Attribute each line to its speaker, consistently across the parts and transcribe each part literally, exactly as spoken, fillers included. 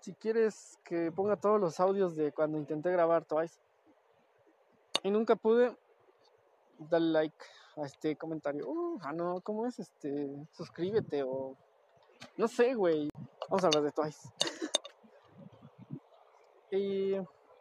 Speaker 1: si quieres que ponga todos los audios de cuando intenté grabar Twice y nunca pude, dale like a este comentario. Uh, ah, no, ¿cómo es? Este, suscríbete o... No sé, güey. Vamos a hablar de Twice. Y...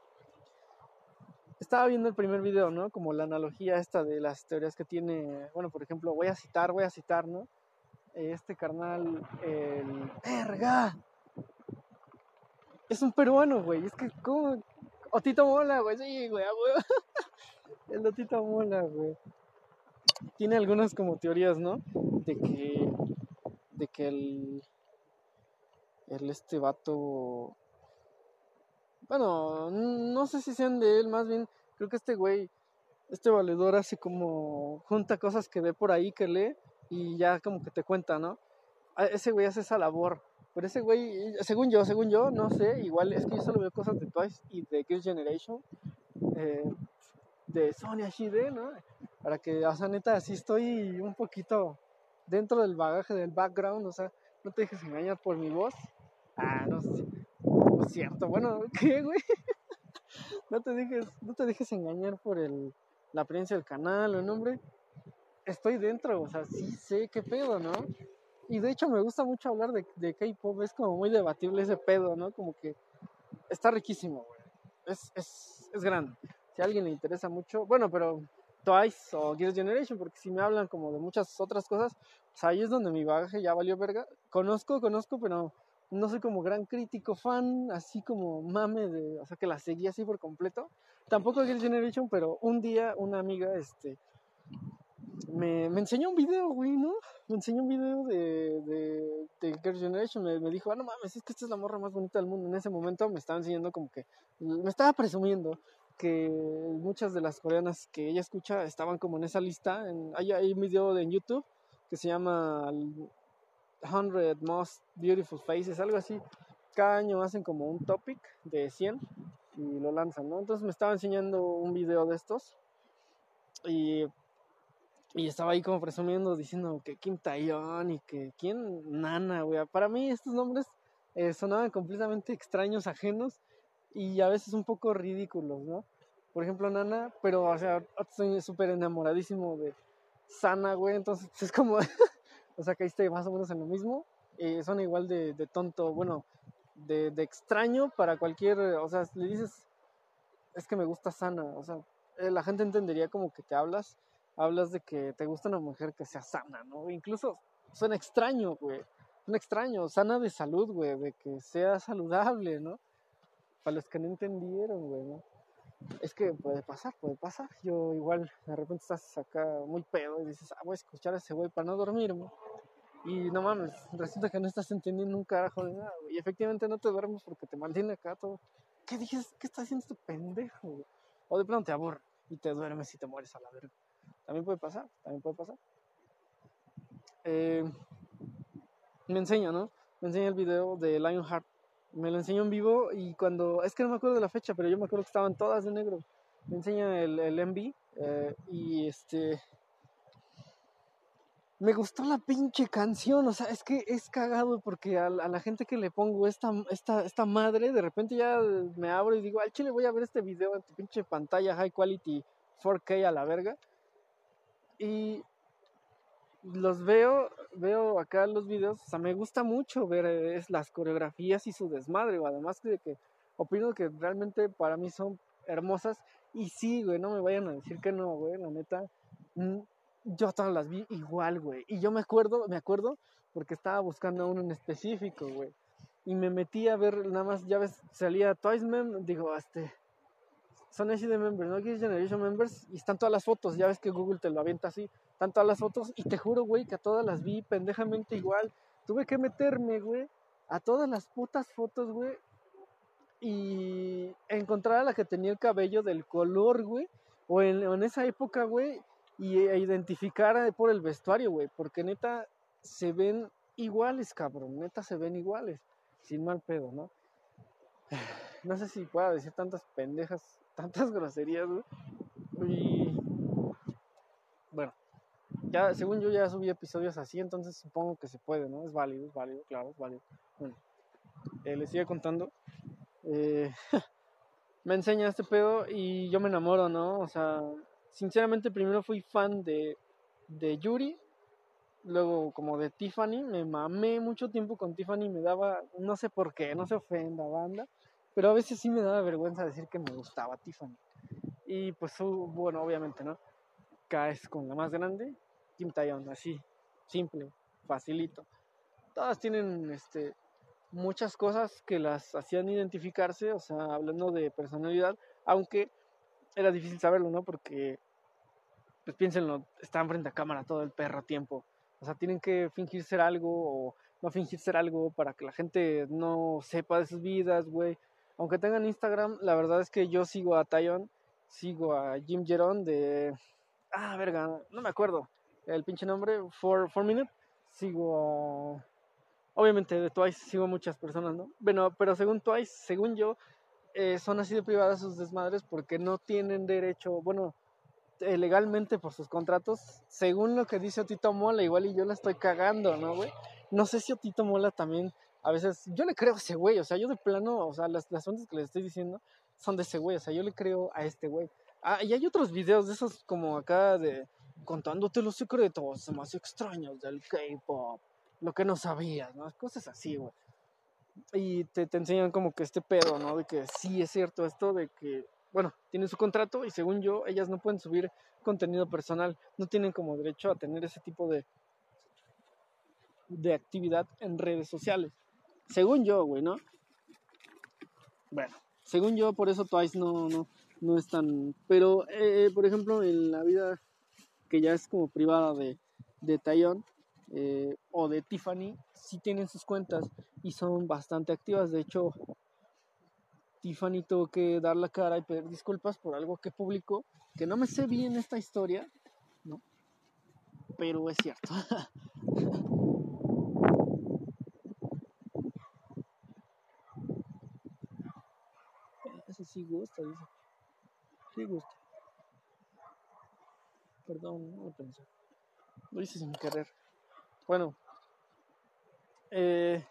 Speaker 1: estaba viendo el primer video, ¿no? Como la analogía esta de las teorías que tiene... Bueno, por ejemplo, voy a citar, voy a citar, ¿no? Este carnal, el... ¡Verga! Es un peruano, güey. Es que, ¿cómo? Otito Mola, güey. Sí, güey, güey. El Otito Mola, güey. Tiene algunas como teorías, ¿no? De que... De que el... El este vato... Bueno, no sé si sean de él, más bien creo que este güey, este valedor hace como junta cosas que ve por ahí, que lee y ya como que te cuenta, ¿no? Ese güey hace esa labor, pero ese güey, según yo, según yo, no sé, igual es que yo solo veo cosas de Twice y de Girls' Generation, eh, de Sonia Shide, ¿no? Para que, o sea, neta, así estoy un poquito dentro del bagaje, del background, o sea, no te dejes engañar por mi voz. Ah, no sé. No es cierto, bueno, ¿qué, güey? No te dejes, no te dejes engañar por el, la apariencia del canal o el nombre. Estoy dentro, o sea, sí sé qué pedo, ¿no? Y de hecho me gusta mucho hablar de, de K-pop, es como muy debatible ese pedo, ¿no? Como que está riquísimo, güey. Es, es, es grande. Si a alguien le interesa mucho, bueno, pero Twice o Girls' Generation, porque si me hablan como de muchas otras cosas, pues ahí es donde mi bagaje ya valió verga. Conozco, conozco, pero no soy como gran crítico, fan, así como mame de, o sea, que la seguí así por completo. Tampoco Girls' Generation, pero un día una amiga, este, me, me enseñó un video, güey, ¿no? Me enseñó un video de, de, de Girls' Generation, me, me dijo, ah, no mames, es que esta es la morra más bonita del mundo. En ese momento me estaba enseñando como que, me estaba presumiendo que muchas de las coreanas que ella escucha estaban como en esa lista. En, hay, hay un video de, en YouTube que se llama cien Most Beautiful Faces, algo así. Cada año hacen como un topic de cien y lo lanzan, ¿no? Entonces me estaba enseñando un video de estos y, y estaba ahí como presumiendo, diciendo que Kim Taeyeon y que quién, Nana, güey. Para mí estos nombres eh, sonaban completamente extraños, ajenos y a veces un poco ridículos, ¿no? Por ejemplo, Nana, pero, o sea, estoy súper enamoradísimo de Sana, güey, entonces es como, o sea, caíste más o menos en lo mismo, eh, son igual de, de tonto, bueno, de, de extraño para cualquier, o sea, le dices, es que me gusta Sana, o sea, eh, la gente entendería como que te hablas, hablas de que te gusta una mujer que sea sana, ¿no? Incluso suena extraño, güey, suena extraño, sana de salud, güey, de que sea saludable, ¿no? Para los que no entendieron, güey, ¿no? Es que puede pasar, puede pasar. Yo igual, de repente estás acá muy pedo y dices, ah, voy a escuchar a ese güey para no dormirme. Y no mames, resulta que no estás entendiendo un carajo de nada, güey. Y efectivamente no te duermes porque te mantiene acá todo. ¿Qué dices? ¿Qué está haciendo este pendejo, güey? O de pronto te aburre y te duermes y te mueres a la verga. También puede pasar, también puede pasar. Eh, me enseña, ¿no? Me enseña el video de Lionheart. Me lo enseñó en vivo y cuando... Es que no me acuerdo de la fecha, pero yo me acuerdo que estaban todas de negro. Me enseña el, el M V eh, y este... Me gustó la pinche canción, o sea, es que es cagado porque a, a la gente que le pongo esta, esta, esta madre, de repente ya me abro y digo, al chile voy a ver este video en tu pinche pantalla high quality cuatro K a la verga. Y los veo, veo acá los videos, o sea, me gusta mucho ver es, las coreografías y su desmadre, güey. Además de que opino que realmente para mí son hermosas. Y sí, güey, no me vayan a decir que no, güey, la neta. Mm, yo todas las vi igual, güey. Y yo me acuerdo, me acuerdo, porque estaba buscando uno en específico, güey. Y me metí a ver, nada más, ya ves, salía Twice Mem, digo, este, son así de members, ¿no? Girls' Generation members, y están todas las fotos, ya ves que Google te lo avienta así, están todas las fotos, y te juro, güey, que a todas las vi pendejamente igual. Tuve que meterme, güey, a todas las putas fotos, güey, y encontrar a la que tenía el cabello del color, güey, o en, o en esa época, güey, y e identificar por el vestuario, güey, porque neta se ven iguales, cabrón, neta se ven iguales, sin mal pedo, ¿no? No sé si pueda decir tantas pendejas, tantas groserías, güey. Y bueno, ya según yo ya subí episodios así, entonces supongo que se puede, ¿no? Es válido, es válido, claro, es válido. Bueno, eh, les sigue contando, eh, me enseña este pedo y yo me enamoro, ¿no? O sea, sinceramente primero fui fan de, de Yuri, luego como de Tiffany, me mamé mucho tiempo con Tiffany, me daba, no sé por qué, no se ofenda banda, pero a veces sí me daba vergüenza decir que me gustaba Tiffany. Y pues bueno, obviamente, ¿no? Caes con la más grande, Kim Taeyeon, así, simple, facilito. Todas tienen este muchas cosas que las hacían identificarse, o sea, hablando de personalidad, aunque era difícil saberlo, ¿no? Porque, pues piénsenlo, están frente a cámara todo el perro tiempo. O sea, tienen que fingir ser algo o no fingir ser algo para que la gente no sepa de sus vidas, güey. Aunque tengan Instagram, la verdad es que yo sigo a Taeyeon, sigo a Jim Jeron de... Ah, verga, no me acuerdo. El pinche nombre, Four, Four Minute. Sigo a... Obviamente de Twice sigo a muchas personas, ¿no? Bueno, pero según Twice, según yo, eh, son así de privadas sus desmadres porque no tienen derecho, bueno, eh, legalmente por sus contratos, según lo que dice Otito Mola, igual y yo la estoy cagando, ¿no, güey? No sé si Otito Mola también, a veces, yo le creo a ese güey, o sea, yo de plano, o sea, las, las fuentes que les estoy diciendo son de ese güey, o sea, yo le creo a este güey. Ah, y hay otros videos de esos como acá de contándote los secretos más extraños del K-pop, lo que no sabías, ¿no? Cosas así, güey. Y te, te enseñan como que este pedo, ¿no? De que sí es cierto esto, de que, bueno, tienen su contrato y según yo, ellas no pueden subir contenido personal, no tienen como derecho a tener ese tipo de, de actividad en redes sociales. Según yo, güey, ¿no? Bueno, según yo, por eso Twice no, no, no es tan... Pero, eh, por ejemplo, en la vida que ya es como privada de, de Taeyeon eh, o de Tiffany, sí tienen sus cuentas y son bastante activas. De hecho, Tiffany tuvo que dar la cara y pedir disculpas por algo que publicó, que no me sé bien esta historia, ¿no? Pero es cierto. Ese sí gusta, dice. Sí gusta. Perdón, no lo pensé. Lo hice sin querer. Bueno, eh,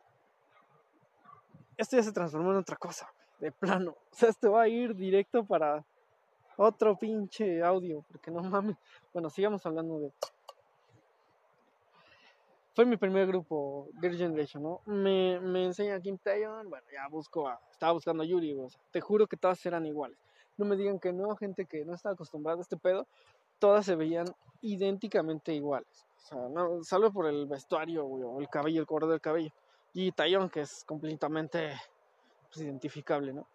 Speaker 1: esto ya se transformó en otra cosa, de plano. O sea, esto va a ir directo para otro pinche audio, porque no mames. Bueno, sigamos hablando de... Fue mi primer grupo, Girl Generation, ¿no? Me, me enseña Kim Taeyeon, bueno, ya busco a... Estaba buscando a Yuri, o sea, te juro que todas eran iguales. No me digan que no, gente que no está acostumbrada a este pedo, todas se veían idénticamente iguales. O sea, no, salvo por el vestuario, güey, o el cabello, el color del cabello. Y Taeyeon, que es completamente pues, identificable, ¿no?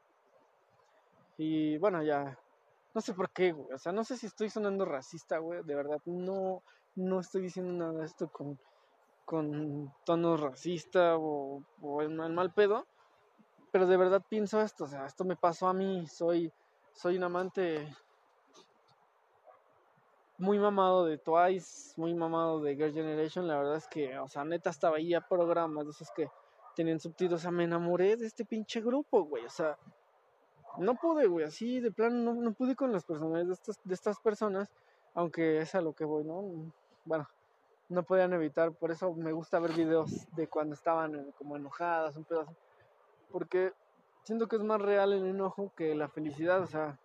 Speaker 1: Y bueno, ya, no sé por qué, güey. O sea, no sé si estoy sonando racista, güey. De verdad, no, no estoy diciendo nada de esto con, con tono racista o, o en mal, mal pedo. Pero de verdad pienso esto. O sea, esto me pasó a mí. Soy, soy un amante muy mamado de Twice, muy mamado de Girl Generation. La verdad es que, o sea, neta, hasta veía programas de esos que tenían subtítulos. O sea, me enamoré de este pinche grupo, güey. O sea, no pude, güey, así de plano no, no pude con las personalidades de estas, de estas personas, aunque es a lo que voy, ¿no? Bueno, no podían evitar, por eso me gusta ver videos de cuando estaban eh, como enojadas, un pedazo, porque siento que es más real el enojo que la felicidad, o sea,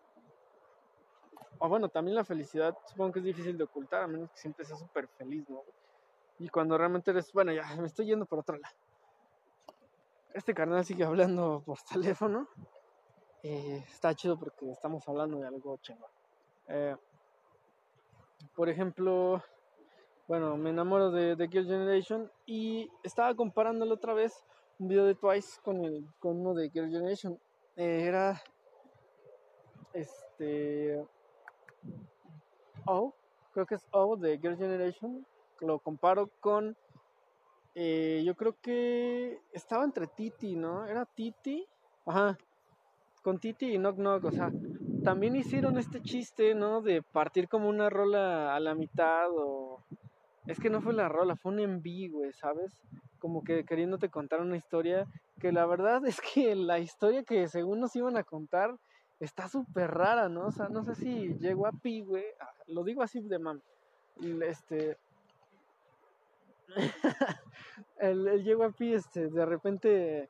Speaker 1: o bueno, también la felicidad supongo que es difícil de ocultar, a menos que siempre seas súper feliz, ¿no? Y cuando realmente eres, bueno, ya me estoy yendo por otro lado. Este carnal sigue hablando por teléfono. Eh, está chido porque estamos hablando de algo chingón. Eh, por ejemplo, bueno, me enamoro de, de Girl Generation y estaba comparándolo otra vez un video de Twice con, el, con uno de Girl Generation. Eh, era este O, creo que es O de Girl Generation. Lo comparo con, eh, yo creo que estaba entre Titi, ¿no? Era Titi, ajá, con Titi y Knock Knock, o sea, también hicieron este chiste, ¿no? De partir como una rola a la mitad o... Es que no fue la rola, fue un enví, güey, ¿sabes? Como que queriéndote contar una historia que la verdad es que la historia que según nos iban a contar está súper rara, ¿no? O sea, no sé si llegó a pi, güey, ah, lo digo así de mam. Este, el, el J Y P, este, de repente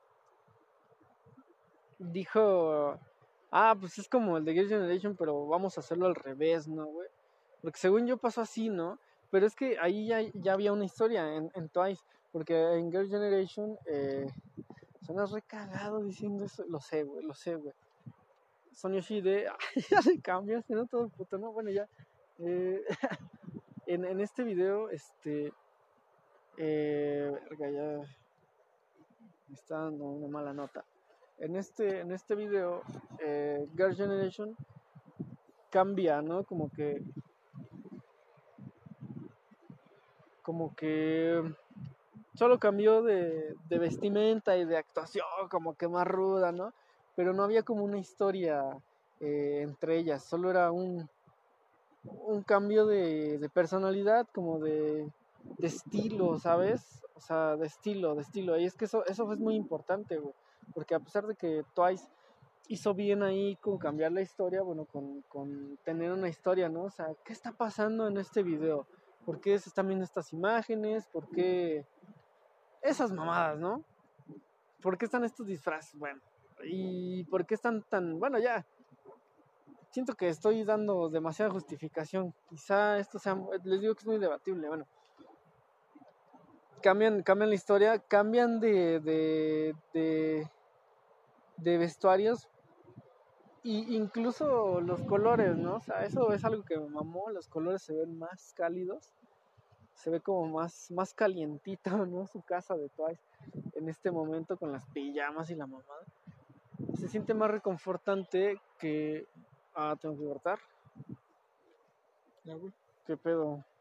Speaker 1: dijo, ah, pues es como el de Girl Generation, pero vamos a hacerlo al revés, ¿no, güey? Porque según yo pasó así, ¿no? Pero es que ahí ya, ya había una historia en, en Twice, porque en Girl Generation eh, suenas recagado diciendo eso, lo sé, güey, lo sé, güey. Son Yoshide, ya le cambiaste, ¿no? Todo puto, ¿no? Bueno, ya. Eh, en, en este video, este, eh, verga, ya me está dando una mala nota. En este, en este video, eh, Girl Generation cambia, ¿no? Como que, como que solo cambió de, de vestimenta y de actuación, como que más ruda, ¿no? Pero no había como una historia eh, entre ellas, solo era un, un cambio de, de personalidad, como de, de estilo, ¿sabes? O sea, de estilo, de estilo. Y es que eso, eso es muy importante, güey. Porque a pesar de que Twice hizo bien ahí con cambiar la historia, bueno, con, con tener una historia, ¿no? O sea, ¿qué está pasando en este video? ¿Por qué se están viendo estas imágenes? ¿Por qué esas mamadas, ¿no? ¿Por qué están estos disfraces? Bueno, ¿y por qué están tan... Bueno, ya, siento que estoy dando demasiada justificación. Quizá esto sea... Les digo que es muy debatible. Bueno, cambian, cambian la historia, cambian de, de, de, de vestuarios y incluso los colores, ¿no? O sea, eso es algo que me mamó. Los colores se ven más cálidos. Se ve como más, más calientito, ¿no? Su casa de Twice en este momento con las pijamas y la mamada. Se siente más reconfortante que... Ah, tengo que cortar.
Speaker 2: Ya, güey.
Speaker 1: ¿Qué pedo?